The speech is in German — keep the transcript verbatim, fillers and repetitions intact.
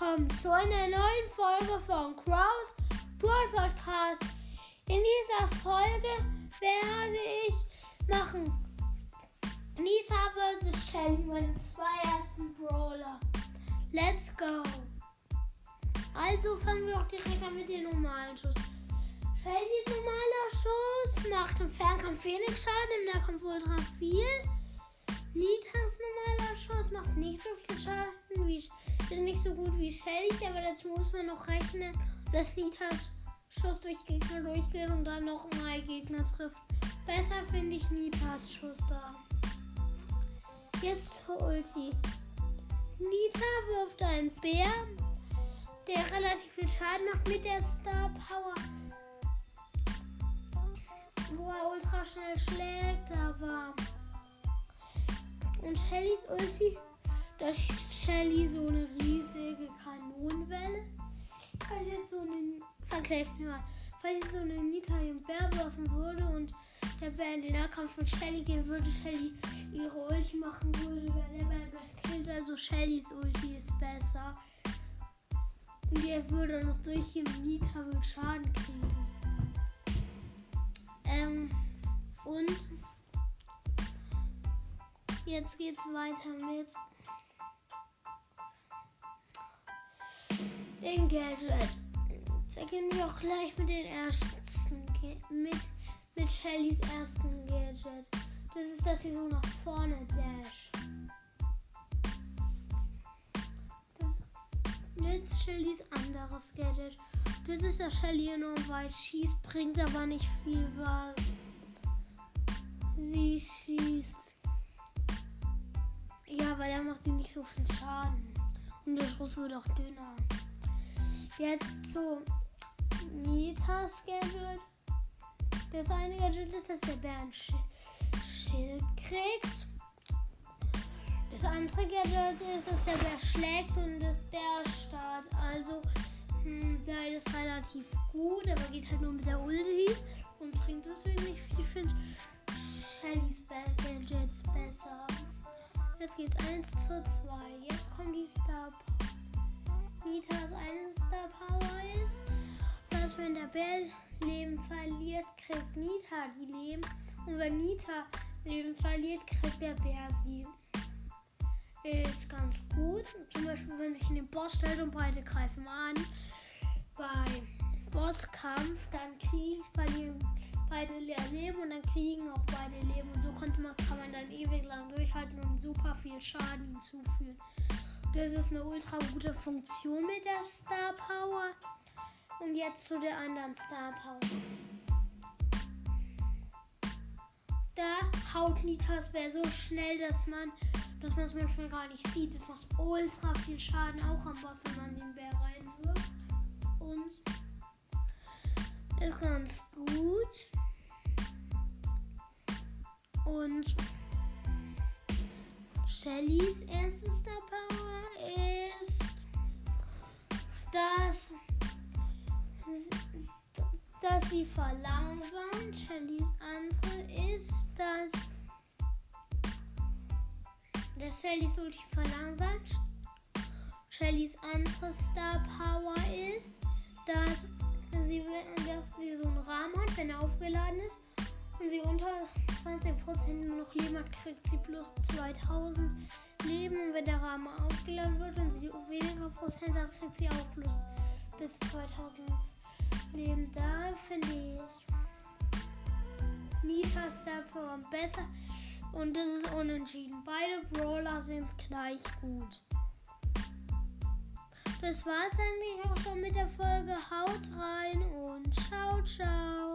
willkommen zu einer neuen Folge von Crows Brawl Podcast. In dieser Folge werde ich machen Nita versus. Shelly, meine zwei ersten Brawler. Let's go! Also fangen wir auch direkt an mit dem normalen Schuss. Shellys normaler Schuss macht im Fernkampf wenig Schaden, im Nahkampf ultra viel. Nitas normaler Schuss macht nicht so viel Schaden, wie, ist nicht so gut wie Shellys, aber dazu muss man noch rechnen, dass Nitas Schuss durch Gegner durchgeht und dann noch mal Gegner trifft. Besser finde ich Nitas Schuss da. Jetzt zur Ulti. Nita wirft einen Bär, der relativ viel Schaden macht mit der Star Power, wo er ultra schnell schlägt, aber und Shellys Ulti, da schießt Shelly so eine riesige Kanonenwelle. Falls jetzt so eine, vergleicht mir mal, falls jetzt so eine Nita im Bär werfen würde und der Bär in den Nahkampf von Shelly gehen würde, Shelly ihre Ulti machen würde, wäre der Bär gekillt. Also Shellys Ulti ist besser. Und die würde dann noch durchgehen und Nita wird Schaden kriegen. Ähm, und jetzt geht's weiter mit den Gadget. Beginnen wir auch gleich mit den ersten, mit, mit Shellys ersten Gadget. Das ist, dass sie so nach vorne dasht. Das jetzt Shellys anderes Gadget. Das ist, dass Shelly enorm weit schießt, bringt aber nicht viel, weil sie schießt. Ja, weil er macht sie nicht so viel Schaden. Und der Schuss wird auch dünner. Jetzt zu Nitas Gadget. Das eine Gadget ist, dass der Bär ein Sch- Schild kriegt. Das andere Gadget ist, dass der Bär schlägt und dass der Start. Also, hm, der ist relativ gut, aber geht halt nur mit der Ulti und bringt deswegen nicht viel. Ich finde Shellys Gadgets besser. Jetzt geht's eins zu zwei. Jetzt kommt die Star Power. Nitas eine Star Power ist, dass wenn der Bär Leben verliert, kriegt Nita die Leben. Und wenn Nita Leben verliert, kriegt der Bär sie. Ist ganz gut. Zum Beispiel, wenn sich in den Boss stellt und beide greifen an. Bei Bosskampf, dann kriegen, verlieren beide Leben und dann kriegen auch beide Leben. Und so konnte man, kann man dann ewig lang durchhalten und super viel Schaden hinzufügen. Das ist eine ultra gute Funktion mit der Star Power. Und jetzt zu der anderen Star Power. Da haut Nitas Bär so schnell, dass man dass man es manchmal gar nicht sieht. Das macht ultra viel Schaden, auch am Boss, wenn man den Bär reinwirft. Und ist ganz gut. Und Shellys erste Star Power ist, dass, dass sie verlangsamt. Shellys andere ist, dass der Shellys Ulti verlangsamt. Shellys andere Star Power ist, dass sie, dass sie so einen Rahmen hat, wenn er aufgeladen ist und sie unter zwanzig Prozent nur noch Leben hat, kriegt sie plus zweitausend Leben. Und wenn der Rahmen aufgeladen wird und sie weniger Prozent hat, kriegt sie auch plus bis zweitausend Leben. Da finde ich Nita Star Power besser. Und das ist unentschieden. Beide Brawler sind gleich gut. Das war's eigentlich auch schon mit der Folge. Haut rein und ciao, ciao.